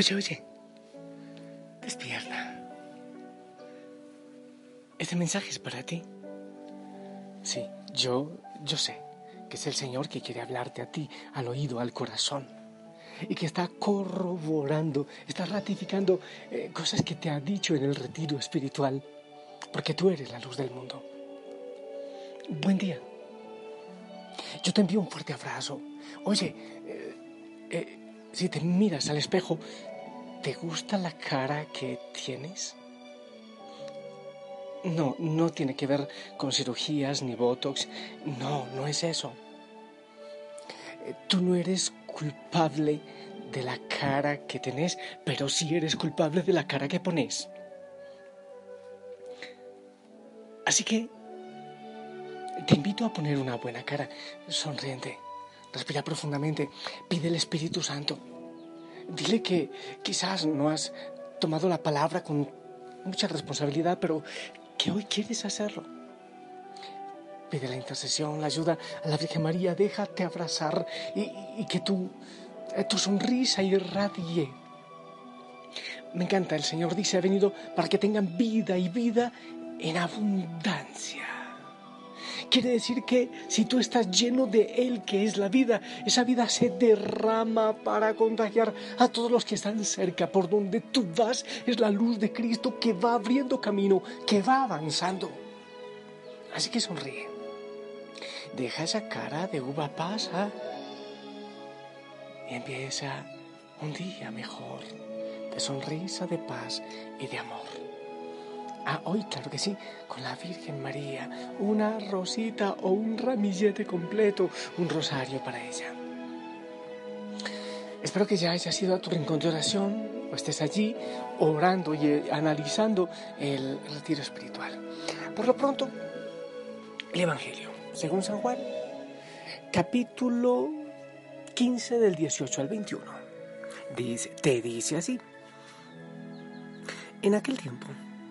Oye, despierta. Este mensaje es para ti. Sí, yo sé que es el Señor que quiere hablarte a ti, al oído, al corazón, y que está corroborando, está ratificando cosas que te ha dicho en el retiro espiritual, porque tú eres la luz del mundo. Buen día. Yo te envío un fuerte abrazo. Oye, si te miras al espejo, ¿te gusta la cara que tienes? No tiene que ver con cirugías ni botox. No es eso. Tú no eres culpable de la cara que tenés, pero sí eres culpable de la cara que pones. Así que te invito a poner una buena cara, sonriente, respira profundamente, pide al Espíritu Santo. Dile que quizás no has tomado la palabra con mucha responsabilidad, pero que hoy quieres hacerlo. Pide la intercesión, la ayuda a la Virgen María, déjate abrazar y que tu sonrisa irradie. Me encanta, el Señor dice, ha venido para que tengan vida y vida en abundancia. Quiere decir que si tú estás lleno de Él, que es la vida, esa vida se derrama para contagiar a todos los que están cerca. Por donde tú vas es la luz de Cristo que va abriendo camino, que va avanzando. Así que sonríe. Deja esa cara de uva pasa y empieza un día mejor, de sonrisa, de paz y de amor. Hoy, claro que sí, con la Virgen María, una rosita o un ramillete completo, un rosario para ella. Espero que ya hayas ido a tu rincón de oración o estés allí orando y analizando el retiro espiritual. Por lo pronto, el Evangelio, según San Juan, capítulo 15 del 18 al 21. Te dice así. En aquel tiempo,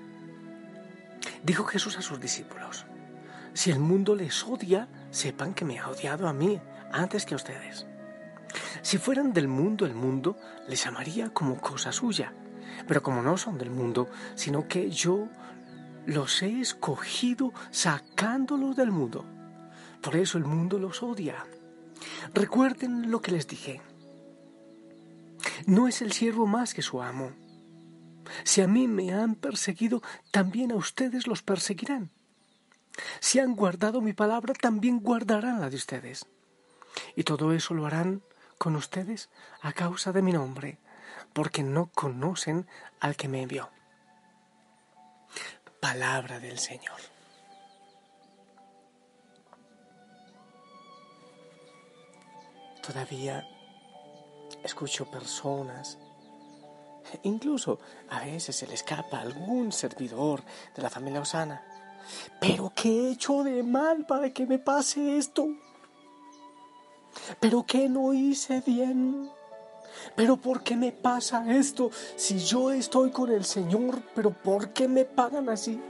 dijo Jesús a sus discípulos: si el mundo les odia, sepan que me ha odiado a mí antes que a ustedes. Si fueran del mundo, el mundo les amaría como cosa suya. Pero como no son del mundo, sino que yo los he escogido sacándolos del mundo, por eso el mundo los odia. Recuerden lo que les dije. No es el siervo más que su amo. Si a mí me han perseguido, también a ustedes los perseguirán. Si han guardado mi palabra, también guardarán la de ustedes. Y todo eso lo harán con ustedes a causa de mi nombre, porque no conocen al que me envió. Palabra del Señor. Todavía escucho personas, incluso a veces se le escapa algún servidor de la familia Osana. ¿Pero qué he hecho de mal para que me pase esto? ¿Pero qué no hice bien? ¿Pero por qué me pasa esto? Si yo estoy con el Señor, ¿pero por qué me pagan así?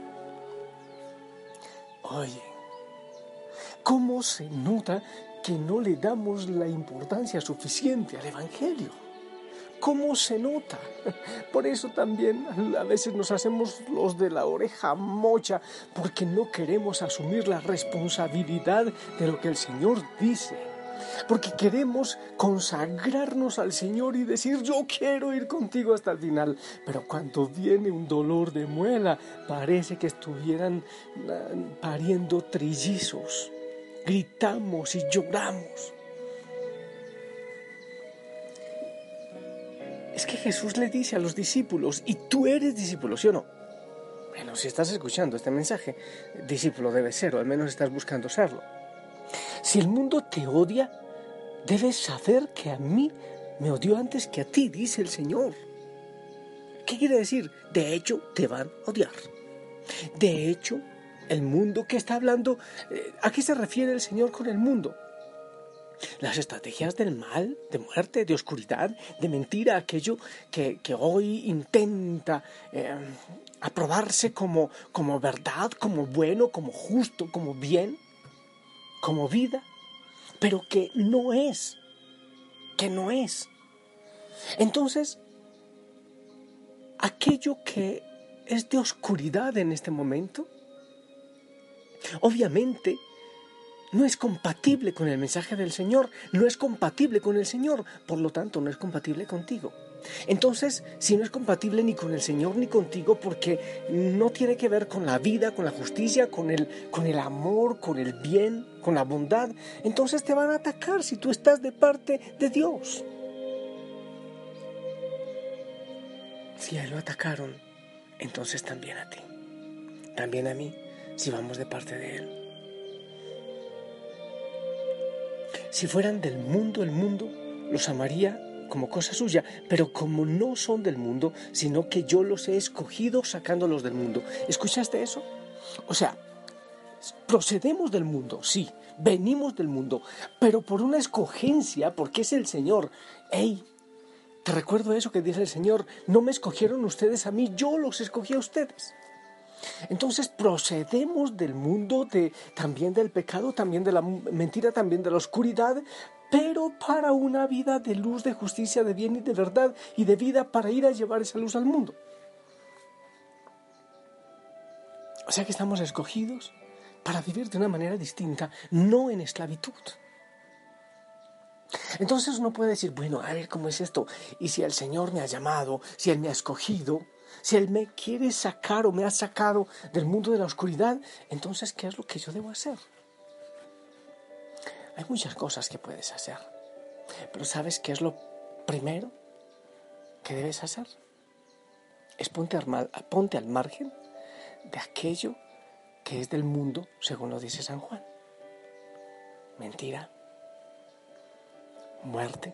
Oye, ¿cómo se nota que no le damos la importancia suficiente al Evangelio? ¿Cómo se nota? Por eso también a veces nos hacemos los de la oreja mocha, porque no queremos asumir la responsabilidad de lo que el Señor dice. Porque queremos consagrarnos al Señor y decir, yo quiero ir contigo hasta el final. Pero cuando viene un dolor de muela, parece que estuvieran pariendo trillizos. Gritamos y lloramos. Es que Jesús le dice a los discípulos, y tú eres discípulo, ¿sí o no? Bueno, si estás escuchando este mensaje, discípulo debes ser, o al menos estás buscando serlo. Si el mundo te odia, debes saber que a mí me odió antes que a ti, dice el Señor. ¿Qué quiere decir? De hecho, te van a odiar. De hecho, el mundo que está hablando, ¿a qué se refiere el Señor con el mundo? Las estrategias del mal, de muerte, de oscuridad, de mentira, aquello que hoy intenta aprobarse como verdad, como bueno, como justo, como bien, como vida, pero que no es. Entonces, aquello que es de oscuridad en este momento, obviamente no es compatible con el mensaje del Señor, no es compatible con el Señor, por lo tanto no es compatible contigo. Entonces, si no es compatible ni con el Señor ni contigo, porque no tiene que ver con la vida, con la justicia, con el amor, con el bien, con la bondad, entonces te van a atacar si tú estás de parte de Dios. Si a Él lo atacaron, entonces también a ti, también a mí, si vamos de parte de Él. Si fueran del mundo, el mundo los amaría como cosa suya, pero como no son del mundo, sino que yo los he escogido sacándolos del mundo. ¿Escuchaste eso? O sea, procedemos del mundo, sí, venimos del mundo, pero por una escogencia, porque es el Señor. ¡Ey! Te recuerdo eso que dice el Señor: no me escogieron ustedes a mí, yo los escogí a ustedes. Entonces procedemos del mundo, también del pecado, también de la mentira, también de la oscuridad, pero para una vida de luz, de justicia, de bien y de verdad y de vida, para ir a llevar esa luz al mundo. O sea que estamos escogidos para vivir de una manera distinta, no en esclavitud. Entonces uno puede decir: bueno, a ver, ¿cómo es esto? Y si el Señor me ha llamado, si Él me ha escogido, si Él me quiere sacar o me ha sacado del mundo de la oscuridad, entonces, ¿qué es lo que yo debo hacer? Hay muchas cosas que puedes hacer, pero ¿sabes qué es lo primero que debes hacer? Es ponte al margen de aquello que es del mundo, según lo dice San Juan. Mentira, muerte,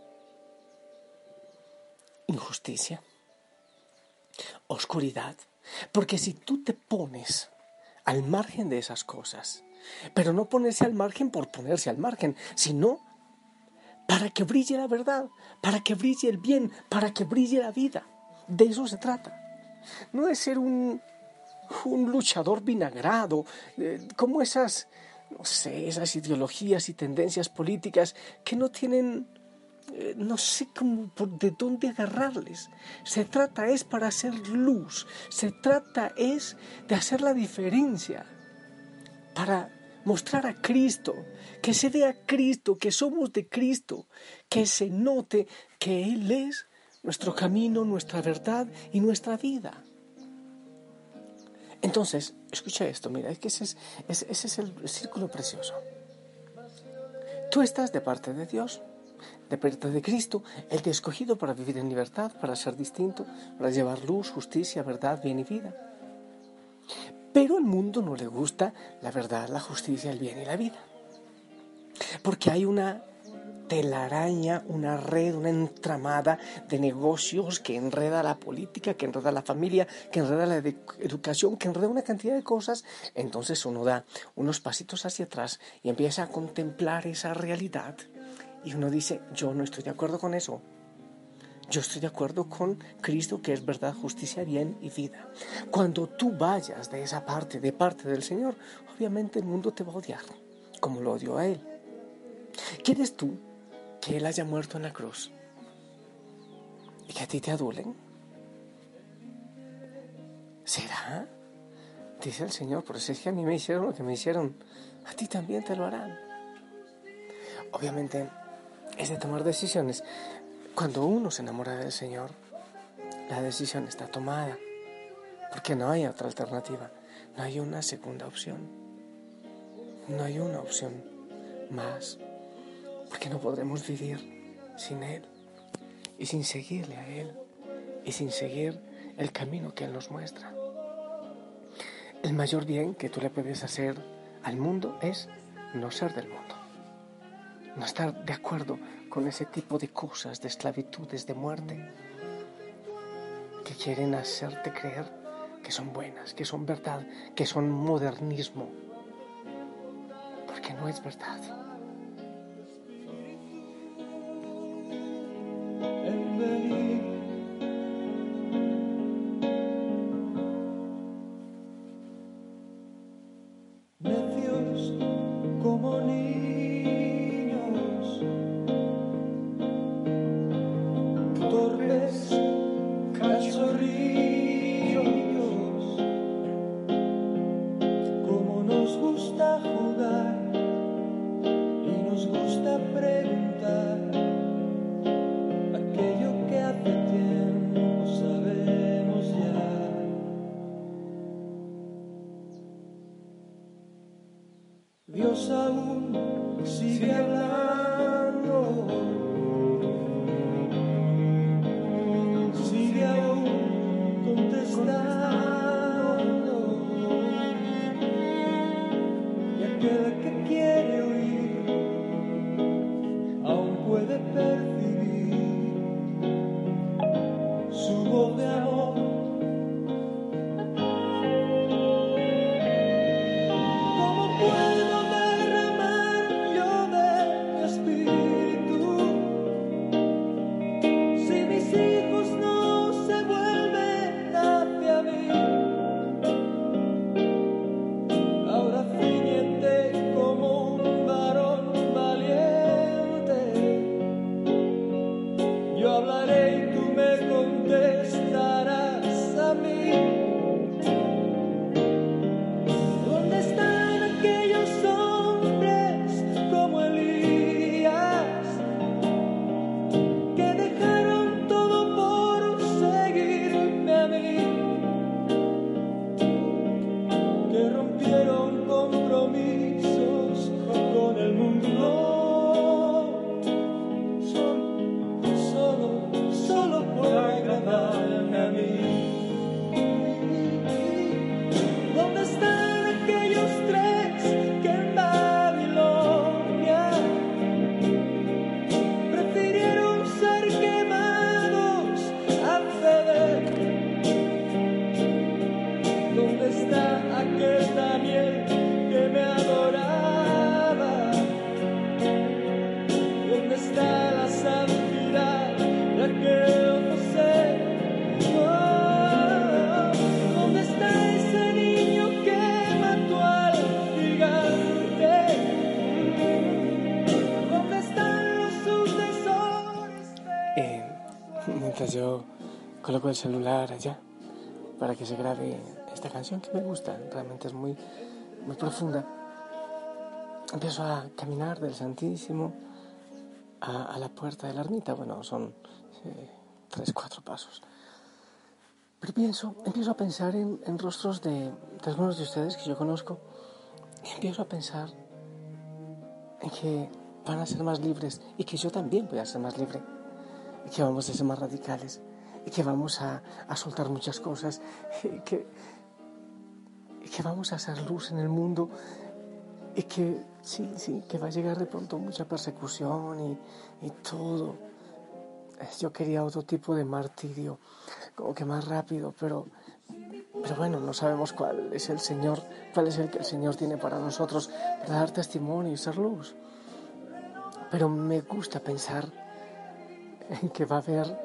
injusticia, oscuridad. Porque si tú te pones al margen de esas cosas, pero no ponerse al margen por ponerse al margen, sino para que brille la verdad, para que brille el bien, para que brille la vida. De eso se trata. No de ser un luchador vinagrado, como esas esas ideologías y tendencias políticas que no tienen, no sé de dónde agarrarles. Se trata es para hacer luz, se trata es de hacer la diferencia, para mostrar a Cristo, que se vea Cristo, que somos de Cristo, que se note que Él es nuestro camino, nuestra verdad y nuestra vida. Entonces, escucha esto, mira, es que ese es el círculo precioso. Tú estás de parte de Dios, de parte de Cristo. Él te ha escogido para vivir en libertad, para ser distinto, para llevar luz, justicia, verdad, bien y vida. Pero al mundo no le gusta la verdad, la justicia, el bien y la vida. Porque hay una telaraña, una red, una entramada de negocios que enreda la política, que enreda la familia, que enreda la educación, que enreda una cantidad de cosas. Entonces uno da unos pasitos hacia atrás y empieza a contemplar esa realidad. Y uno dice: yo no estoy de acuerdo con eso. Yo estoy de acuerdo con Cristo, que es verdad, justicia, bien y vida. Cuando tú vayas de esa parte, de parte del Señor, obviamente el mundo te va a odiar, como lo odió a Él. ¿Quieres tú que Él haya muerto en la cruz y que a ti te adulen? ¿Será? Dice el Señor: pero si es que a mí me hicieron lo que me hicieron, a ti también te lo harán. Obviamente es de tomar decisiones. Cuando uno se enamora del Señor, la decisión está tomada, porque no hay otra alternativa, no hay una segunda opción, no hay una opción más, porque no podremos vivir sin Él y sin seguirle a Él y sin seguir el camino que Él nos muestra. El mayor bien que tú le puedes hacer al mundo es no ser del mundo, no estar de acuerdo con ese tipo de cosas, de esclavitudes, de muerte, que quieren hacerte creer que son buenas, que son verdad, que son modernismo, porque no es verdad. Necios como niños, torpes cachorritos. coloco el celular allá para que se grabe esta canción que me gusta, realmente es muy, muy profunda. Empiezo a caminar del Santísimo a la puerta de la ermita. Bueno, son 3-4 pasos. Pero empiezo a pensar en rostros de algunos de ustedes que yo conozco, y empiezo a pensar en que van a ser más libres y que yo también voy a ser más libre, y que vamos a ser más radicales, y que vamos a soltar muchas cosas, y que vamos a hacer luz en el mundo, y que sí, que va a llegar de pronto mucha persecución y todo. Yo quería otro tipo de martirio, como que más rápido, pero bueno, no sabemos cuál es el que el Señor tiene para nosotros, para dar testimonio y ser luz. Pero me gusta pensar en que va a haber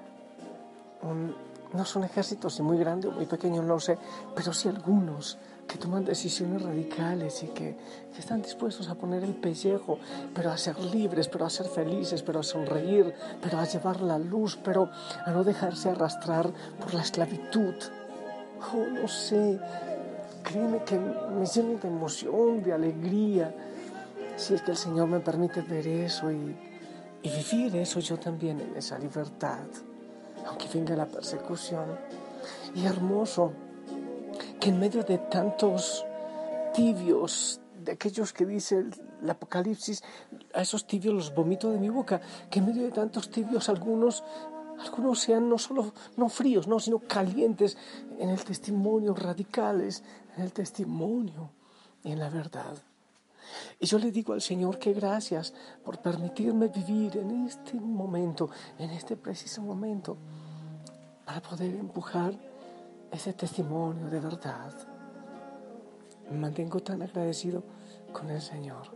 no son ejércitos si muy grandes o muy pequeños, no lo sé, pero sí algunos que toman decisiones radicales y que están dispuestos a poner el pellejo, pero a ser libres, pero a ser felices, pero a sonreír, pero a llevar la luz, pero a no dejarse arrastrar por la esclavitud. Oh, no sé, créeme que me lleno de emoción, de alegría, si es que el Señor me permite ver eso y vivir eso yo también en esa libertad, aunque venga la persecución. Y hermoso que en medio de tantos tibios, de aquellos que dice el Apocalipsis, a esos tibios los vomito de mi boca, que en medio de tantos tibios algunos sean no fríos, no, sino calientes en el testimonio, radicales en el testimonio y en la verdad. Y yo le digo al Señor que gracias por permitirme vivir en este momento, en este preciso momento, para poder empujar ese testimonio de verdad. Me mantengo tan agradecido con el Señor.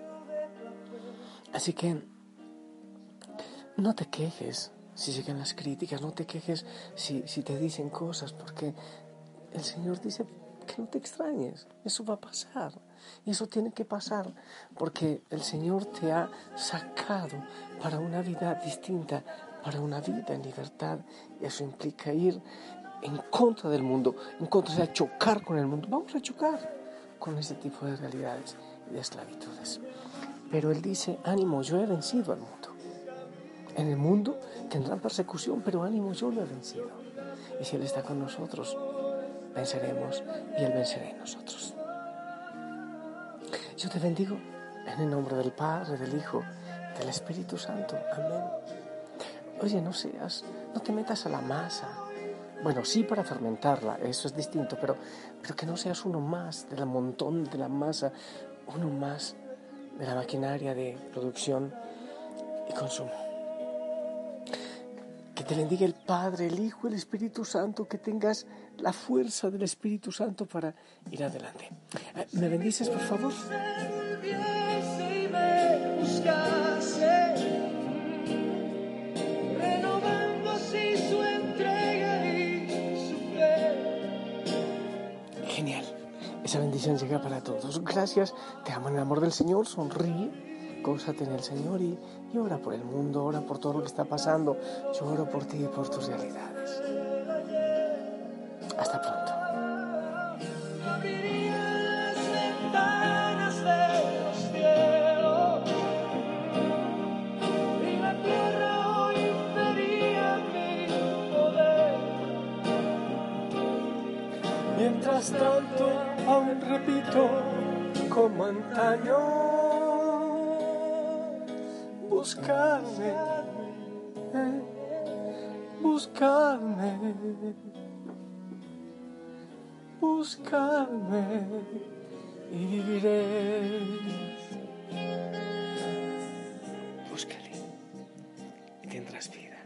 Así que no te quejes si llegan las críticas, no te quejes si te dicen cosas, porque el Señor dice que no te extrañes, eso va a pasar, y eso tiene que pasar, porque el Señor te ha sacado para una vida distinta, para una vida en libertad, y eso implica ir en contra del mundo, o sea, chocar con el mundo. Vamos a chocar con ese tipo de realidades y de esclavitudes. Pero Él dice, ánimo, yo he vencido al mundo. En el mundo tendrán persecución, pero ánimo, yo lo he vencido. Y si Él está con nosotros, venceremos y Él vencerá en nosotros. Yo te bendigo en el nombre del Padre, del Hijo, del Espíritu Santo. Amén. Oye, no te metas a la masa. Bueno, sí para fermentarla, eso es distinto, pero que no seas uno más del montón de la masa, uno más de la maquinaria de producción y consumo. Que te bendiga el Padre, el Hijo, el Espíritu Santo, que tengas la fuerza del Espíritu Santo para ir adelante. ¿Me bendices, por favor? Genial. Esa bendición llega para todos. Gracias. Te amo en el amor del Señor. Sonríe. Gózate en el Señor y ora por el mundo, ora por todo lo que está pasando. Yo oro por ti y por tus realidades. Hasta pronto. Mientras tanto, aún repito como antaño, buscarme, y viviré. Búscale y tendrás vida.